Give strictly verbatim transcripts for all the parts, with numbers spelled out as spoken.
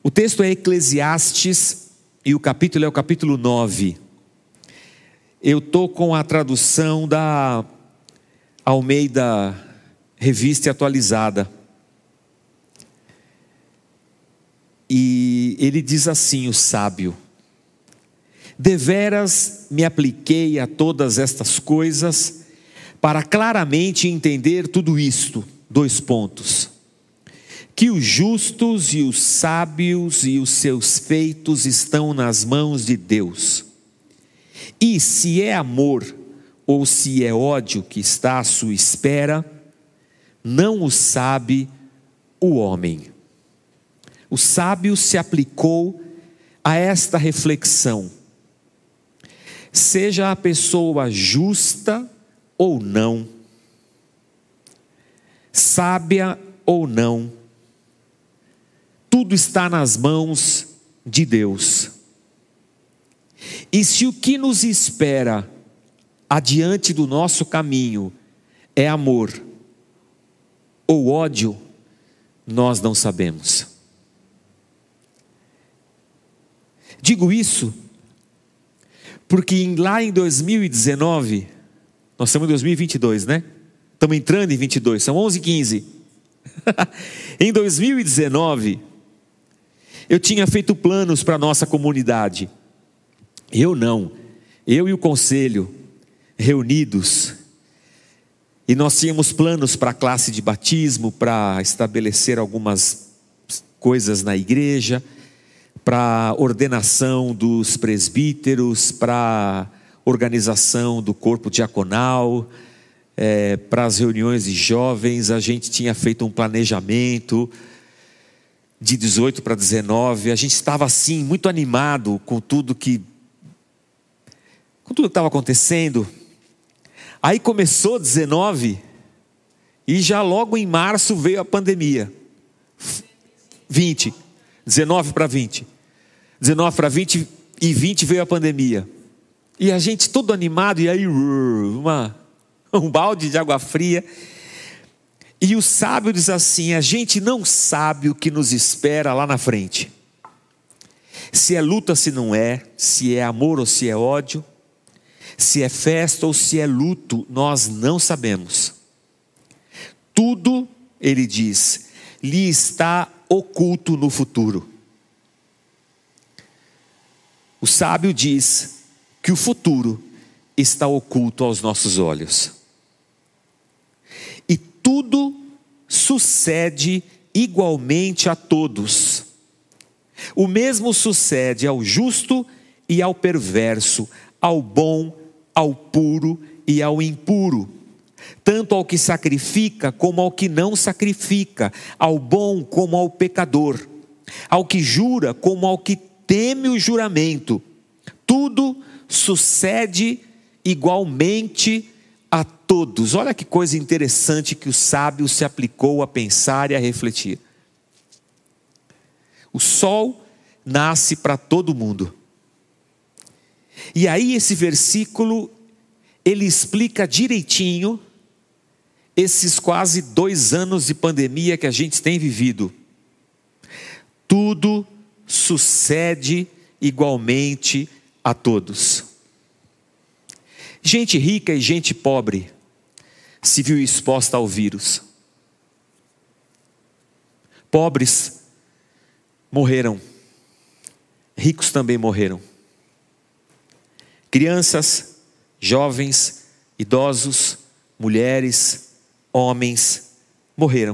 O texto é Eclesiastes e o capítulo é o capítulo nove. Eu estou com a tradução da Almeida Revista e Atualizada. E ele diz assim, o sábio: deveras me apliquei a todas estas coisas para claramente entender tudo isto. Dois pontos. Que os justos e os sábios e os seus feitos estão nas mãos de Deus. E se é amor ou se é ódio que está à sua espera, não o sabe o homem. O sábio se aplicou a esta reflexão. Seja a pessoa justa ou não, sábia ou não, tudo está nas mãos de Deus. E se o que nos espera adiante do nosso caminho é amor ou ódio, nós não sabemos. Digo isso porque lá em dois mil e dezenove, nós estamos em dois mil e vinte e dois, né? Estamos entrando em vinte e dois, são onze e quinze. Em dois mil e dezenove, eu tinha feito planos para a nossa comunidade. Eu não, eu e o conselho, reunidos, e nós tínhamos planos para a classe de batismo, para estabelecer algumas coisas na igreja, para ordenação dos presbíteros, para organização do corpo diaconal, é, para as reuniões de jovens. A gente tinha feito um planejamento de dezoito para dezenove, a gente estava assim, muito animado com tudo que com tudo que estava acontecendo. Aí começou dezenove, e já logo em março veio a pandemia. vinte, dezenove para vinte, dezenove para vinte e vinte veio a pandemia. E a gente todo animado, e aí uma, um balde de água fria. E o sábio diz assim: a gente não sabe o que nos espera lá na frente. Se é luta, se não é, se é amor ou se é ódio, se é festa ou se é luto, nós não sabemos. Tudo, ele diz, lhe está oculto no futuro. O sábio diz que o futuro está oculto aos nossos olhos. E tudo sucede igualmente a todos. O mesmo sucede ao justo e ao perverso, ao bom, ao puro e ao impuro, tanto ao que sacrifica como ao que não sacrifica, ao bom como ao pecador, ao que jura como ao que teme o juramento. Tudo sucede igualmente a todos. Olha que coisa interessante que o sábio se aplicou a pensar e a refletir. O sol nasce para todo mundo. E aí esse versículo, ele explica direitinho esses quase dois anos de pandemia que a gente tem vivido. Tudo sucede igualmente a todos. Gente rica e gente pobre se viu exposta ao vírus. Pobres morreram, ricos também morreram. Crianças, jovens, idosos, mulheres, homens morreram.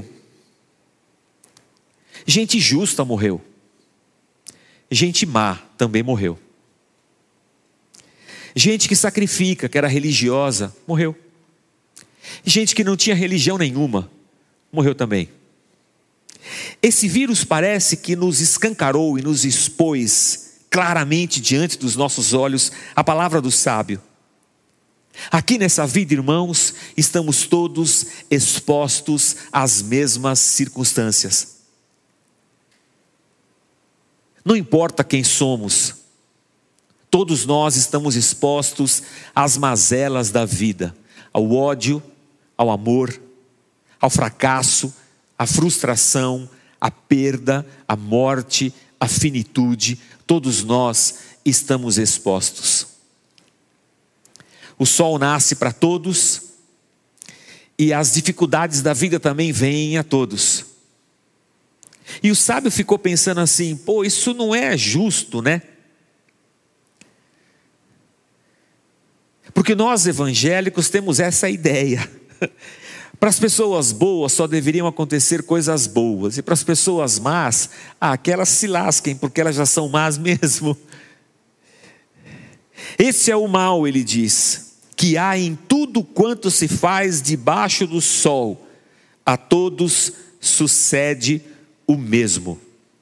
Gente justa morreu. Gente má também morreu. Gente que sacrifica, que era religiosa, morreu. Gente que não tinha religião nenhuma, morreu também. Esse vírus parece que nos escancarou e nos expôs claramente diante dos nossos olhos a palavra do sábio. Aqui nessa vida, irmãos, estamos todos expostos às mesmas circunstâncias. Não importa quem somos, todos nós estamos expostos às mazelas da vida, ao ódio, ao amor, ao fracasso, à frustração, à perda, à morte, a finitude, todos nós estamos expostos. O sol nasce para todos e as dificuldades da vida também vêm a todos. E o sábio ficou pensando assim: pô, isso não é justo, né? Porque nós evangélicos temos essa ideia. Para as pessoas boas só deveriam acontecer coisas boas. E para as pessoas más, ah, que elas se lasquem, porque elas já são más mesmo. Esse é o mal, ele diz, que há em tudo quanto se faz debaixo do sol. A todos sucede o mesmo.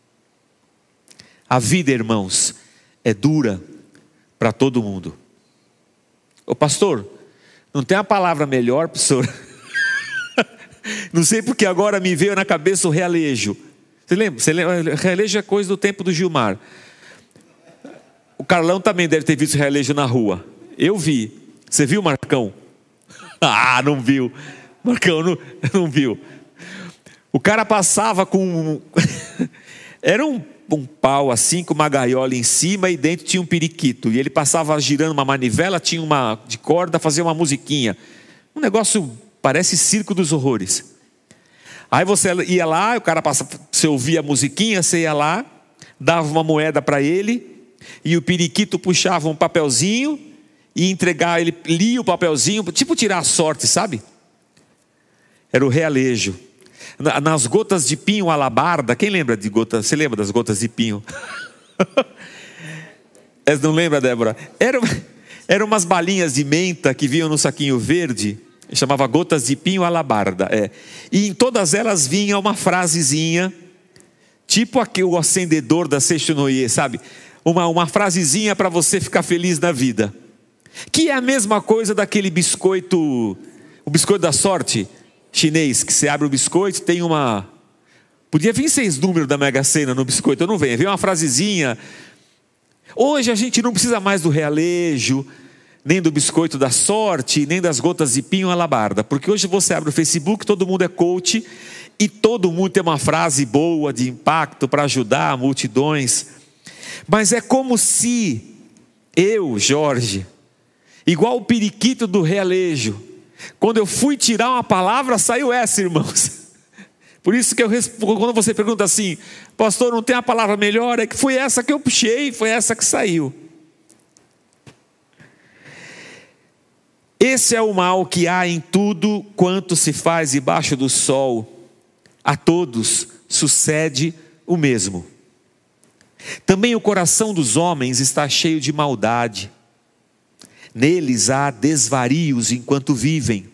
A vida, irmãos, é dura para todo mundo. Ô pastor, não tem uma palavra melhor, pastor? Não sei porque agora me veio na cabeça o realejo. Você lembra? Você lembra? Realejo é coisa do tempo do Gilmar. O Carlão também deve ter visto realejo na rua. Eu vi. Você viu, Marcão? Ah, não viu. Marcão não, não viu. O cara passava com... Era um, um pau assim, com uma gaiola em cima e dentro tinha um periquito. E ele passava girando uma manivela, tinha uma de corda, fazia uma musiquinha. Um negócio... Parece circo dos horrores. Aí você ia lá, o cara passa, você ouvia a musiquinha, você ia lá, dava uma moeda para ele, e o periquito puxava um papelzinho e entregava, ele lia o papelzinho, tipo tirar a sorte, sabe? Era o realejo. Nas gotas de pinho alabarda, quem lembra de gotas? Você lembra das gotas de pinho? Não lembra, Débora? Eram, eram umas balinhas de menta que vinham no saquinho verde. Chamava gotas de pinho alabarda, é. E em todas elas vinha uma frasezinha, tipo aquele, o acendedor da Seixonoye, sabe? Uma, uma frasezinha para você ficar feliz na vida. Que é a mesma coisa daquele biscoito, o biscoito da sorte chinês, que você abre o biscoito, tem uma... Podia vir seis números da Mega Sena no biscoito, eu não venho, vem uma frasezinha. Hoje a gente não precisa mais do realejo, nem do biscoito da sorte, nem das gotas de pinho alabarda, porque hoje você abre o Facebook, todo mundo é coach, e todo mundo tem uma frase boa, de impacto, para ajudar multidões, mas é como se eu, Jorge, igual o periquito do realejo, quando eu fui tirar uma palavra, saiu essa, irmãos. Por isso que eu respondo, quando você pergunta assim, pastor, não tem a palavra melhor? É que foi essa que eu puxei, foi essa que saiu. Esse é o mal que há em tudo quanto se faz debaixo do sol. A todos sucede o mesmo. Também o coração dos homens está cheio de maldade. Neles há desvarios enquanto vivem.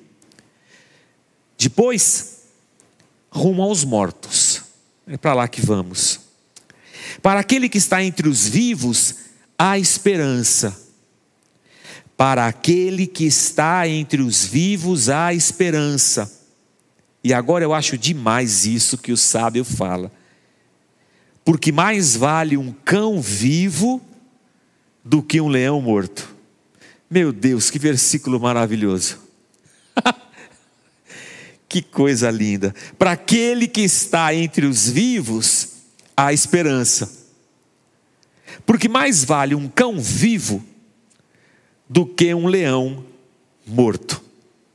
Depois, rumo aos mortos. É para lá que vamos. Para aquele que está entre os vivos, há esperança. Para aquele que está entre os vivos há esperança. E agora eu acho demais isso que o sábio fala. Porque mais vale um cão vivo do que um leão morto. Meu Deus, que versículo maravilhoso. Que coisa linda. Para aquele que está entre os vivos há esperança. Porque mais vale um cão vivo do que um leão morto.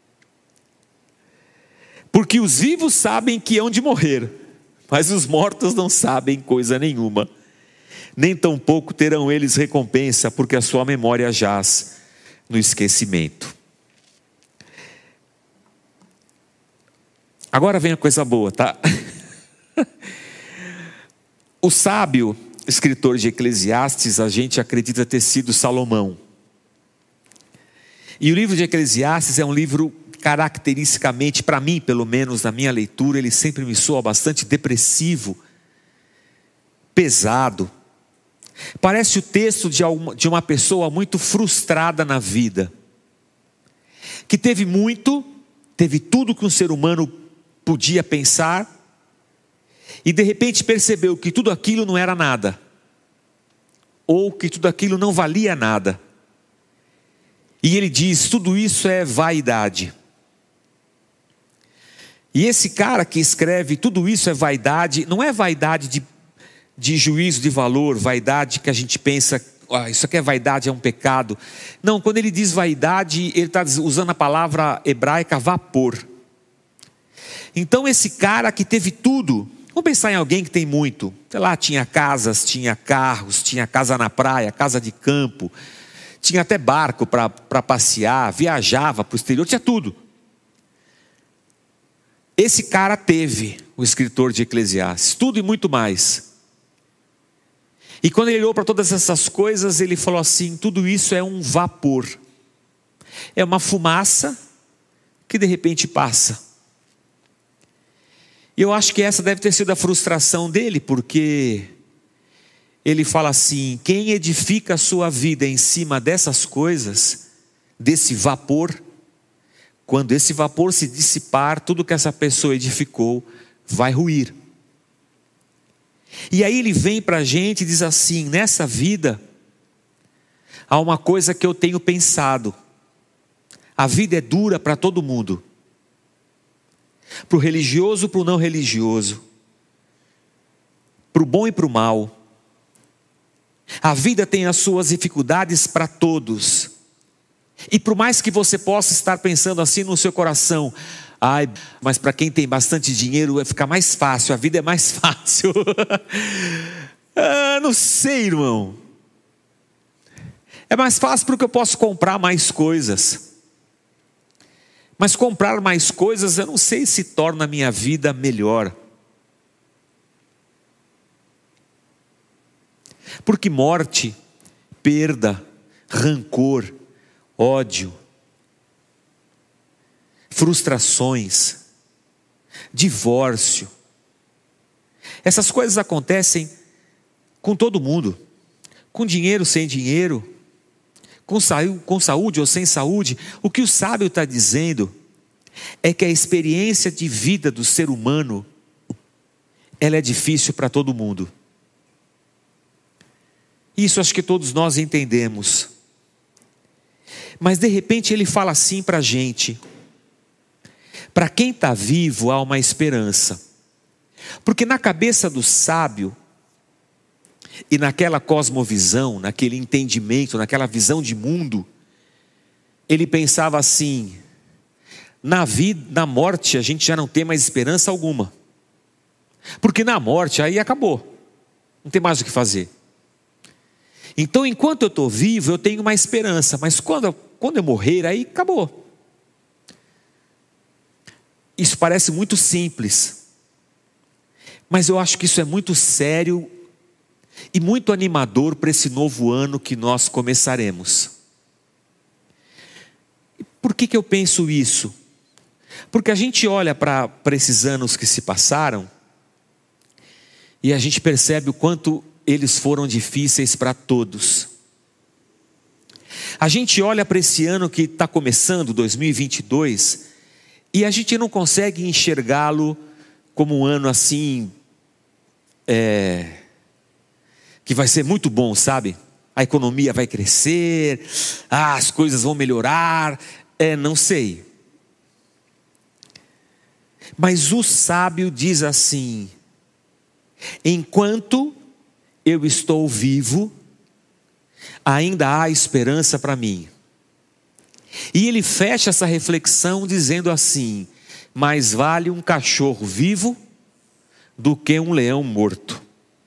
Porque os vivos sabem que hão de morrer, mas os mortos não sabem coisa nenhuma. Nem tampouco terão eles recompensa, porque a sua memória jaz no esquecimento. Agora vem a coisa boa, tá? O sábio escritor de Eclesiastes, a gente acredita ter sido Salomão. E o livro de Eclesiastes é um livro caracteristicamente, para mim pelo menos na minha leitura, ele sempre me soa bastante depressivo, pesado. Parece o texto de uma, de uma pessoa muito frustrada na vida, que teve muito, teve tudo que um ser humano podia pensar, e de repente percebeu que tudo aquilo não era nada, ou que tudo aquilo não valia nada. E ele diz, tudo isso é vaidade. E esse cara que escreve tudo isso é vaidade, não é vaidade de, de juízo de valor, vaidade, que a gente pensa, ah, isso aqui é vaidade, é um pecado. Não, quando ele diz vaidade, ele está usando a palavra hebraica vapor. Então esse cara que teve tudo, vamos pensar em alguém que tem muito, sei lá, tinha casas, tinha carros, tinha casa na praia, casa de campo, tinha até barco para passear, viajava para o exterior, tinha tudo. Esse cara teve, o escritor de Eclesiastes, tudo e muito mais. E quando ele olhou para todas essas coisas, ele falou assim: tudo isso é um vapor, é uma fumaça que de repente passa. E eu acho que essa deve ter sido a frustração dele, porque ele fala assim: quem edifica a sua vida em cima dessas coisas, desse vapor, quando esse vapor se dissipar, tudo que essa pessoa edificou vai ruir. E aí ele vem para a gente e diz assim: nessa vida há uma coisa que eu tenho pensado, a vida é dura para todo mundo, para o religioso, para o não religioso, para o bom e para o mal. A vida tem as suas dificuldades para todos. E por mais que você possa estar pensando assim no seu coração: ai, mas para quem tem bastante dinheiro vai ficar mais fácil, a vida é mais fácil. ah, não sei, irmão. É mais fácil porque eu posso comprar mais coisas. Mas comprar mais coisas, eu não sei se torna a minha vida melhor. Porque morte, perda, rancor, ódio, frustrações, divórcio, essas coisas acontecem com todo mundo, com dinheiro, sem dinheiro, com, sa- com saúde ou sem saúde. O que o sábio está dizendo é que a experiência de vida do ser humano, ela é difícil para todo mundo. Isso acho que todos nós entendemos. Mas de repente ele fala assim para a gente: para quem está vivo há uma esperança. Porque na cabeça do sábio, e naquela cosmovisão, naquele entendimento, naquela visão de mundo, ele pensava assim: na vida, na morte a gente já não tem mais esperança alguma. Porque na morte aí acabou, não tem mais o que fazer. Então enquanto eu estou vivo eu tenho uma esperança, mas quando eu, quando eu morrer aí acabou. Isso parece muito simples, mas eu acho que isso é muito sério e muito animador para esse novo ano que nós começaremos. Por que que eu penso isso? Porque a gente olha para para esses anos que se passaram e a gente percebe o quanto eles foram difíceis para todos. A gente olha para esse ano que está começando, dois mil e vinte e dois, e a gente não consegue enxergá-lo como um ano assim, é, que vai ser muito bom, sabe? A economia vai crescer, ah, as coisas vão melhorar, é, não sei. Mas o sábio diz assim: enquanto eu estou vivo, ainda há esperança para mim. E ele fecha essa reflexão dizendo assim: mais vale um cachorro vivo do que um leão morto.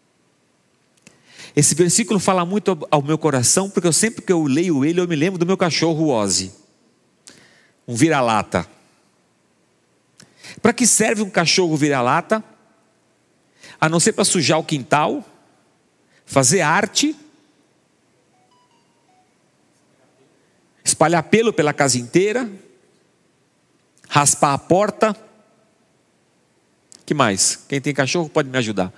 Esse versículo fala muito ao meu coração, porque eu sempre que eu leio ele, eu me lembro do meu cachorro Ozzy, um vira-lata. Para que serve um cachorro vira-lata? A não ser para sujar o quintal, fazer arte, espalhar pelo pela casa inteira, raspar a porta. Que mais? Quem tem cachorro pode me ajudar.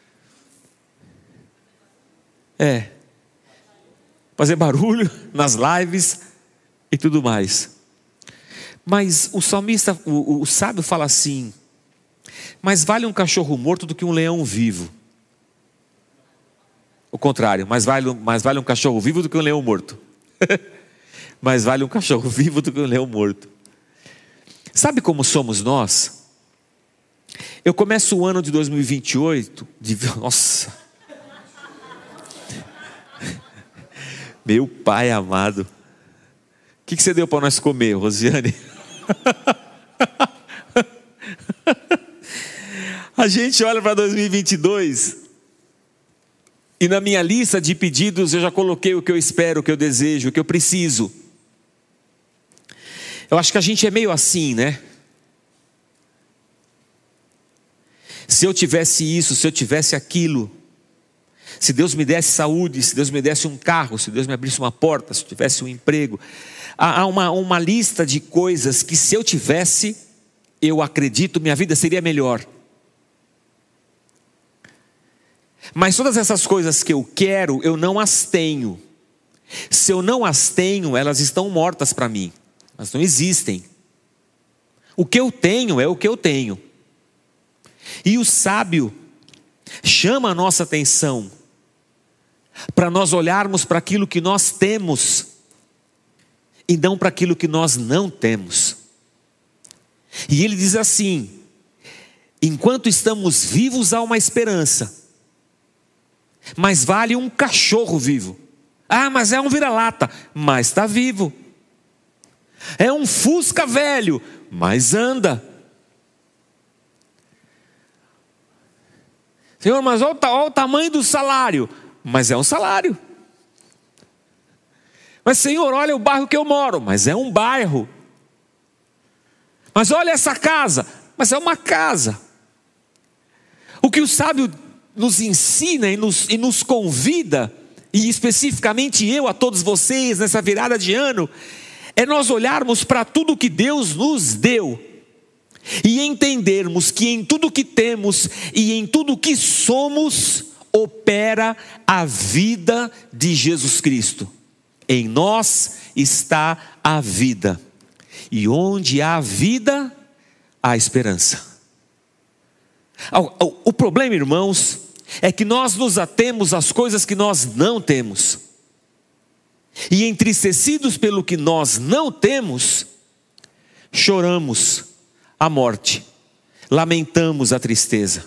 É, fazer barulho nas lives e tudo mais. Mas o salmista, o, o sábio fala assim: mais vale um cachorro morto do que um leão vivo. O contrário, mais vale, mais vale um cachorro vivo do que um leão morto. Mais vale um cachorro vivo do que um leão morto. Sabe como somos nós? Eu começo o ano de dois mil e vinte e oito, de, nossa, Meu Pai amado. O que, que você deu para nós comer, Rosiane? A gente olha para dois mil e vinte e dois e na minha lista de pedidos eu já coloquei o que eu espero, o que eu desejo, o que eu preciso. Eu acho que a gente é meio assim, né? Se eu tivesse isso, se eu tivesse aquilo, se Deus me desse saúde, se Deus me desse um carro, se Deus me abrisse uma porta, se eu tivesse um emprego. Há uma, uma lista de coisas que se eu tivesse, eu acredito, minha vida seria melhor. Mas todas essas coisas que eu quero, eu não as tenho. Se eu não as tenho, elas estão mortas para mim. Elas não existem. O que eu tenho é o que eu tenho. E o sábio chama a nossa atenção para nós olharmos para aquilo que nós temos e não para aquilo que nós não temos. E ele diz assim: enquanto estamos vivos há uma esperança. Mas vale um cachorro vivo. Ah, mas é um vira-lata, mas está vivo. É um fusca velho, mas anda. Senhor, mas olha o, olha o tamanho do salário. Mas é um salário. Mas Senhor, olha o bairro que eu moro. Mas é um bairro. Mas olha essa casa. Mas é uma casa. O que o sábio nos ensina e nos, e nos convida, e especificamente eu a todos vocês nessa virada de ano, é nós olharmos para tudo que Deus nos deu e entendermos que em tudo que temos e em tudo que somos opera a vida de Jesus Cristo. Em nós está a vida, e onde há vida, há esperança. O, o, o problema, irmãos, é que nós nos atemos às coisas que nós não temos, e entristecidos pelo que nós não temos, choramos a morte, lamentamos a tristeza,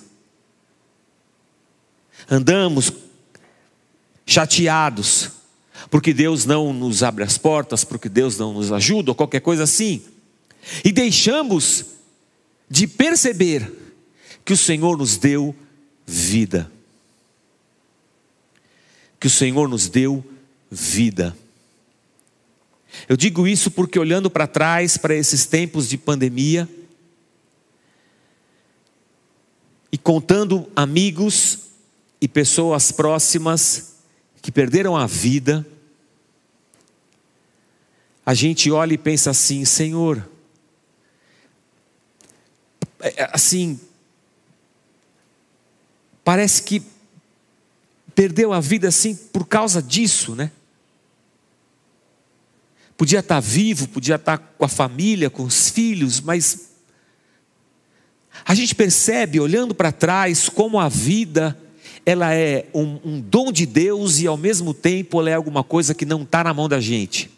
andamos chateados, porque Deus não nos abre as portas, porque Deus não nos ajuda, ou qualquer coisa assim, e deixamos de perceber que o Senhor nos deu vida, que o Senhor nos deu vida. Eu digo isso porque olhando para trás, para esses tempos de pandemia, e contando amigos e pessoas próximas que perderam a vida, a gente olha e pensa assim: Senhor, assim, parece que perdeu a vida assim por causa disso, né? Podia estar vivo, podia estar com a família, com os filhos, mas a gente percebe, olhando para trás, como a vida, ela é um, um dom de Deus e ao mesmo tempo ela é alguma coisa que não está na mão da gente.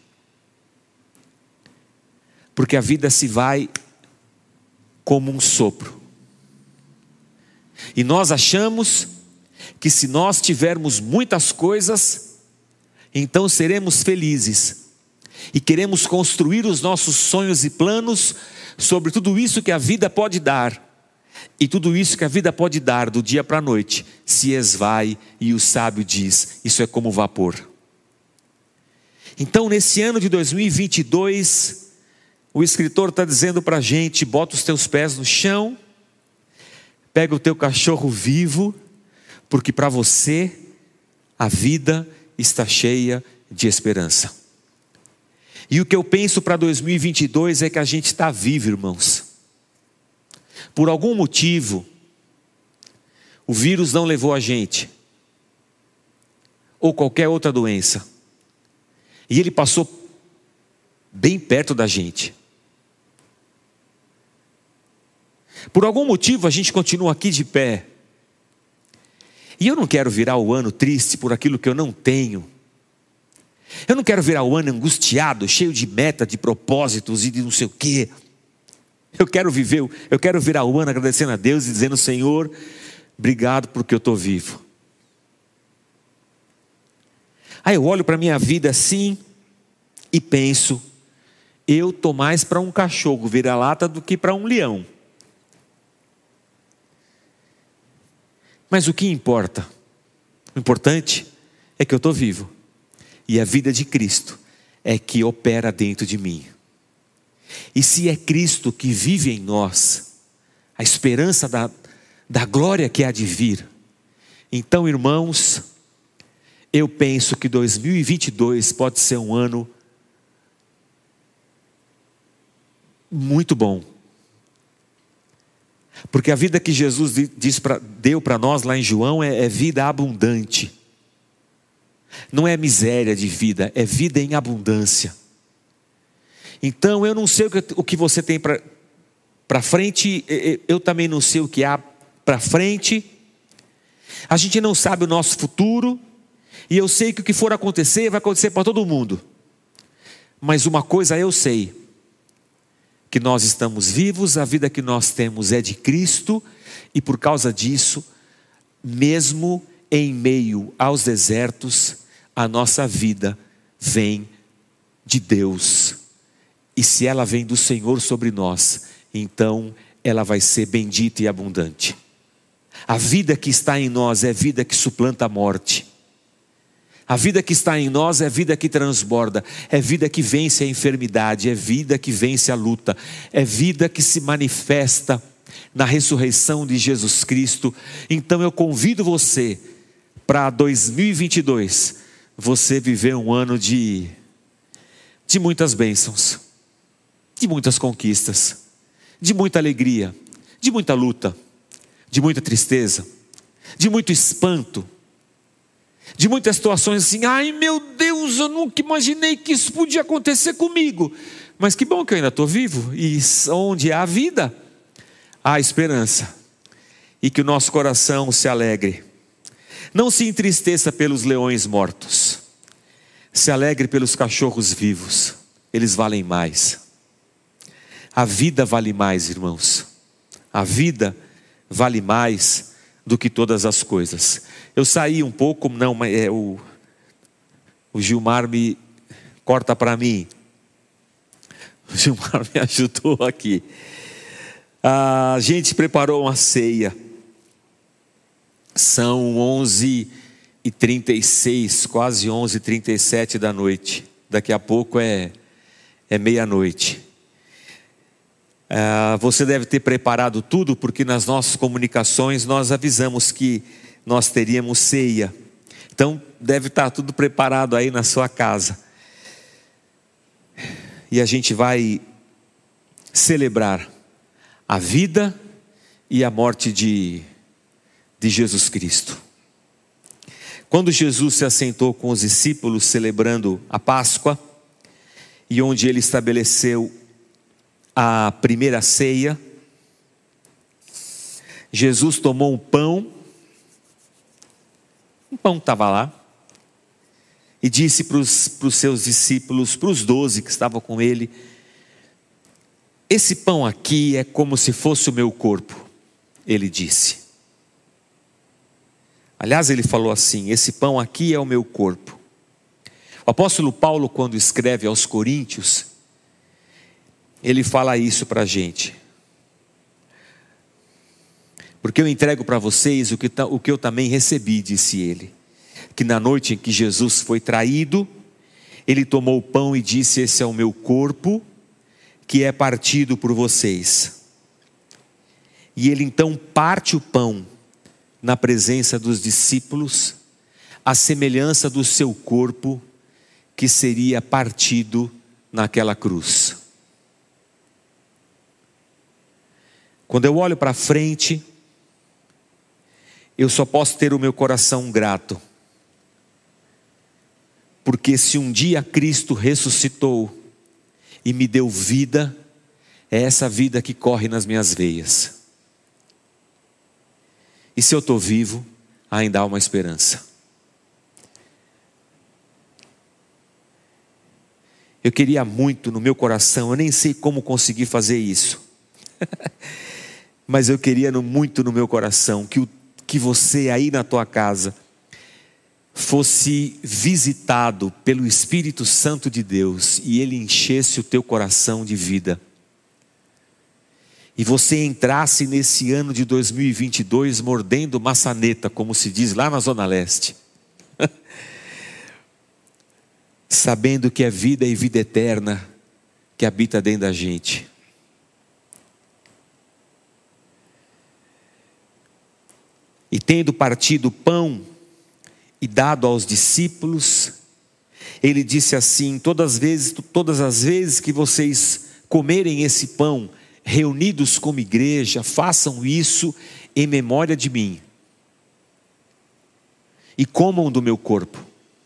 Porque a vida se vai como um sopro. E nós achamos que se nós tivermos muitas coisas, então seremos felizes. E queremos construir os nossos sonhos e planos sobre tudo isso que a vida pode dar. E tudo isso que a vida pode dar do dia para a noite se esvai, e o sábio diz: isso é como vapor. Então nesse ano de dois mil e vinte e dois, o escritor está dizendo para a gente: bota os teus pés no chão, pega o teu cachorro vivo, porque para você a vida está cheia de esperança. E o que eu penso para dois mil e vinte e dois é que a gente está vivo, irmãos. Por algum motivo, o vírus não levou a gente, ou qualquer outra doença, e ele passou bem perto da gente. Por algum motivo a gente continua aqui de pé. E eu não quero virar o ano triste por aquilo que eu não tenho. Eu não quero virar o ano angustiado, cheio de meta, de propósitos e de não sei o quê. Eu quero viver, eu quero virar o ano agradecendo a Deus e dizendo: Senhor, obrigado porque eu estou vivo. Aí eu olho para a minha vida assim e penso, eu estou mais para um cachorro vira-lata do que para um leão. Mas o que importa? O importante é que eu estou vivo. E a vida de Cristo é que opera dentro de mim. E se é Cristo que vive em nós, a esperança da, da glória que há de vir, então, irmãos, eu penso que dois mil e vinte e dois pode ser um ano muito bom. Porque a vida que Jesus diz pra, deu para nós lá em João é, é vida abundante. Não é miséria de vida, é vida em abundância. Então eu não sei o que, o que você tem para frente, eu também não sei o que há para frente. A gente não sabe o nosso futuro. E eu sei que o que for acontecer, vai acontecer para todo mundo. Mas uma coisa eu sei, que nós estamos vivos, a vida que nós temos é de Cristo, e por causa disso, mesmo em meio aos desertos, a nossa vida vem de Deus. E se ela vem do Senhor sobre nós, então ela vai ser bendita e abundante. A vida que está em nós é vida que suplanta a morte. A vida que está em nós é vida que transborda, é vida que vence a enfermidade, é vida que vence a luta, é vida que se manifesta na ressurreição de Jesus Cristo. Então eu convido você para dois mil e vinte e dois, você viver um ano de, de muitas bênçãos, de muitas conquistas, de muita alegria, de muita luta, de muita tristeza, de muito espanto, de muitas situações assim, ai meu Deus, eu nunca imaginei que isso podia acontecer comigo, mas que bom que eu ainda estou vivo, e onde há vida, há esperança, e que o nosso coração se alegre, não se entristeça pelos leões mortos, se alegre pelos cachorros vivos, eles valem mais, a vida vale mais, irmãos, a vida vale mais do que todas as coisas. Eu saí um pouco, não, mas é, o, o Gilmar me corta para mim. O Gilmar me ajudou aqui. A gente preparou uma ceia. São onze e trinta e seis, quase onze e trinta e sete da noite. Daqui a pouco é, é meia-noite. Uh, você deve ter preparado tudo, porque nas nossas comunicações nós avisamos que nós teríamos ceia. Então deve estar tudo preparado aí na sua casa. E a gente vai celebrar a vida e a morte de, de Jesus Cristo. Quando Jesus se assentou com os discípulos celebrando a Páscoa, e onde ele estabeleceu a primeira ceia, Jesus tomou um pão, um pão estava lá, e disse para os, para os seus discípulos, para os doze que estavam com ele, esse pão aqui é como se fosse o meu corpo, ele disse. Aliás, ele falou assim, esse pão aqui é o meu corpo. O apóstolo Paulo, quando escreve aos Coríntios, ele fala isso para a gente. Porque eu entrego para vocês o que, o que eu também recebi, disse ele. Que na noite em que Jesus foi traído, ele tomou o pão e disse, esse é o meu corpo, que é partido por vocês. E ele então parte o pão na presença dos discípulos, à semelhança do seu corpo, que seria partido naquela cruz. Quando eu olho para frente, eu só posso ter o meu coração grato. Porque se um dia Cristo ressuscitou e me deu vida, é essa vida que corre nas minhas veias. E se eu estou vivo, ainda há uma esperança. Eu queria muito no meu coração, eu nem sei como conseguir fazer isso. Mas eu queria muito no meu coração que, o, que você aí na tua casa fosse visitado pelo Espírito Santo de Deus e ele enchesse o teu coração de vida, e você entrasse nesse ano de dois mil e vinte e dois mordendo maçaneta, como se diz lá na Zona Leste, sabendo que é vida e vida eterna que habita dentro da gente. E tendo partido o pão e dado aos discípulos, ele disse assim: todas as vezes, todas as vezes que vocês comerem esse pão, reunidos como igreja, façam isso em memória de mim. E comam do meu corpo.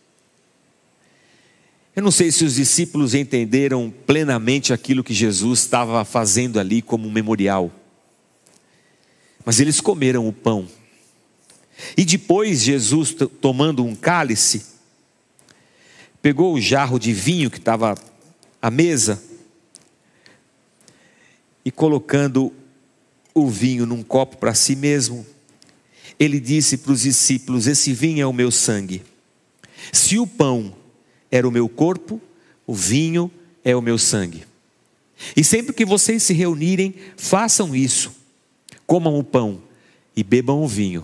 Eu não sei se os discípulos entenderam plenamente aquilo que Jesus estava fazendo ali como um memorial, mas eles comeram o pão. E depois Jesus, tomando um cálice, pegou o jarro de vinho que estava à mesa, e colocando o vinho num copo para si mesmo, ele disse para os discípulos: esse vinho é o meu sangue. Se o pão era o meu corpo, o vinho é o meu sangue. E sempre que vocês se reunirem, façam isso. Comam o pão e bebam o vinho.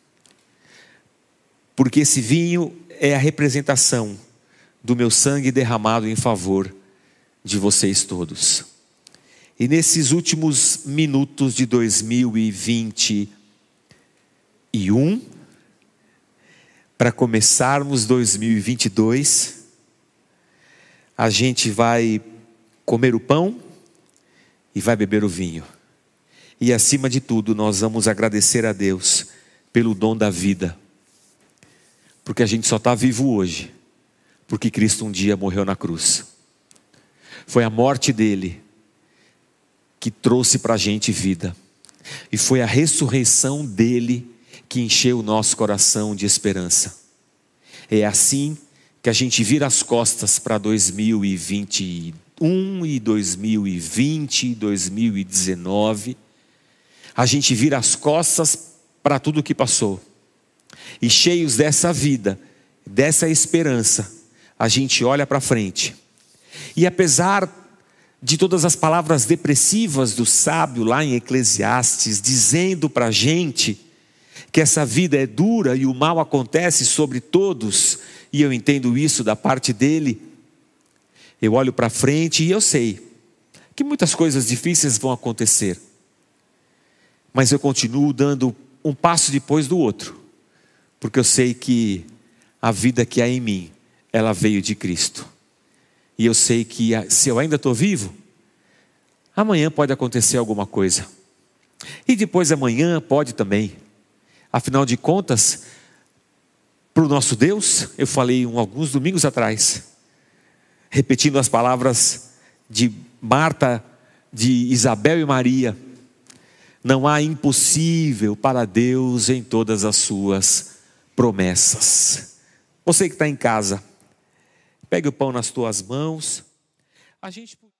Porque esse vinho é a representação do meu sangue derramado em favor de vocês todos. E nesses últimos minutos de dois mil e vinte e um, para começarmos dois mil e vinte e dois, a gente vai comer o pão e vai beber o vinho. E acima de tudo, nós vamos agradecer a Deus pelo dom da vida. Porque a gente só está vivo hoje, porque Cristo um dia morreu na cruz. Foi a morte dele que trouxe para a gente vida. E foi a ressurreição dele que encheu o nosso coração de esperança. É assim que a gente vira as costas para dois mil e vinte e um e dois mil e vinte e dois mil e dezenove. A gente vira as costas para tudo o que passou. E cheios dessa vida, dessa esperança, a gente olha para frente. E apesar de todas as palavras depressivas do sábio lá em Eclesiastes, dizendo para a gente que essa vida é dura e o mal acontece sobre todos, e eu entendo isso da parte dele, eu olho para frente e eu sei que muitas coisas difíceis vão acontecer, mas eu continuo dando um passo depois do outro, porque eu sei que a vida que há em mim, ela veio de Cristo. E eu sei que se eu ainda estou vivo, amanhã pode acontecer alguma coisa. E depois amanhã pode também. Afinal de contas, para o nosso Deus, eu falei um, alguns domingos atrás, repetindo as palavras de Marta, de Isabel e Maria: não há impossível para Deus em todas as suas promessas. Você que está em casa, pegue o pão nas tuas mãos. A gente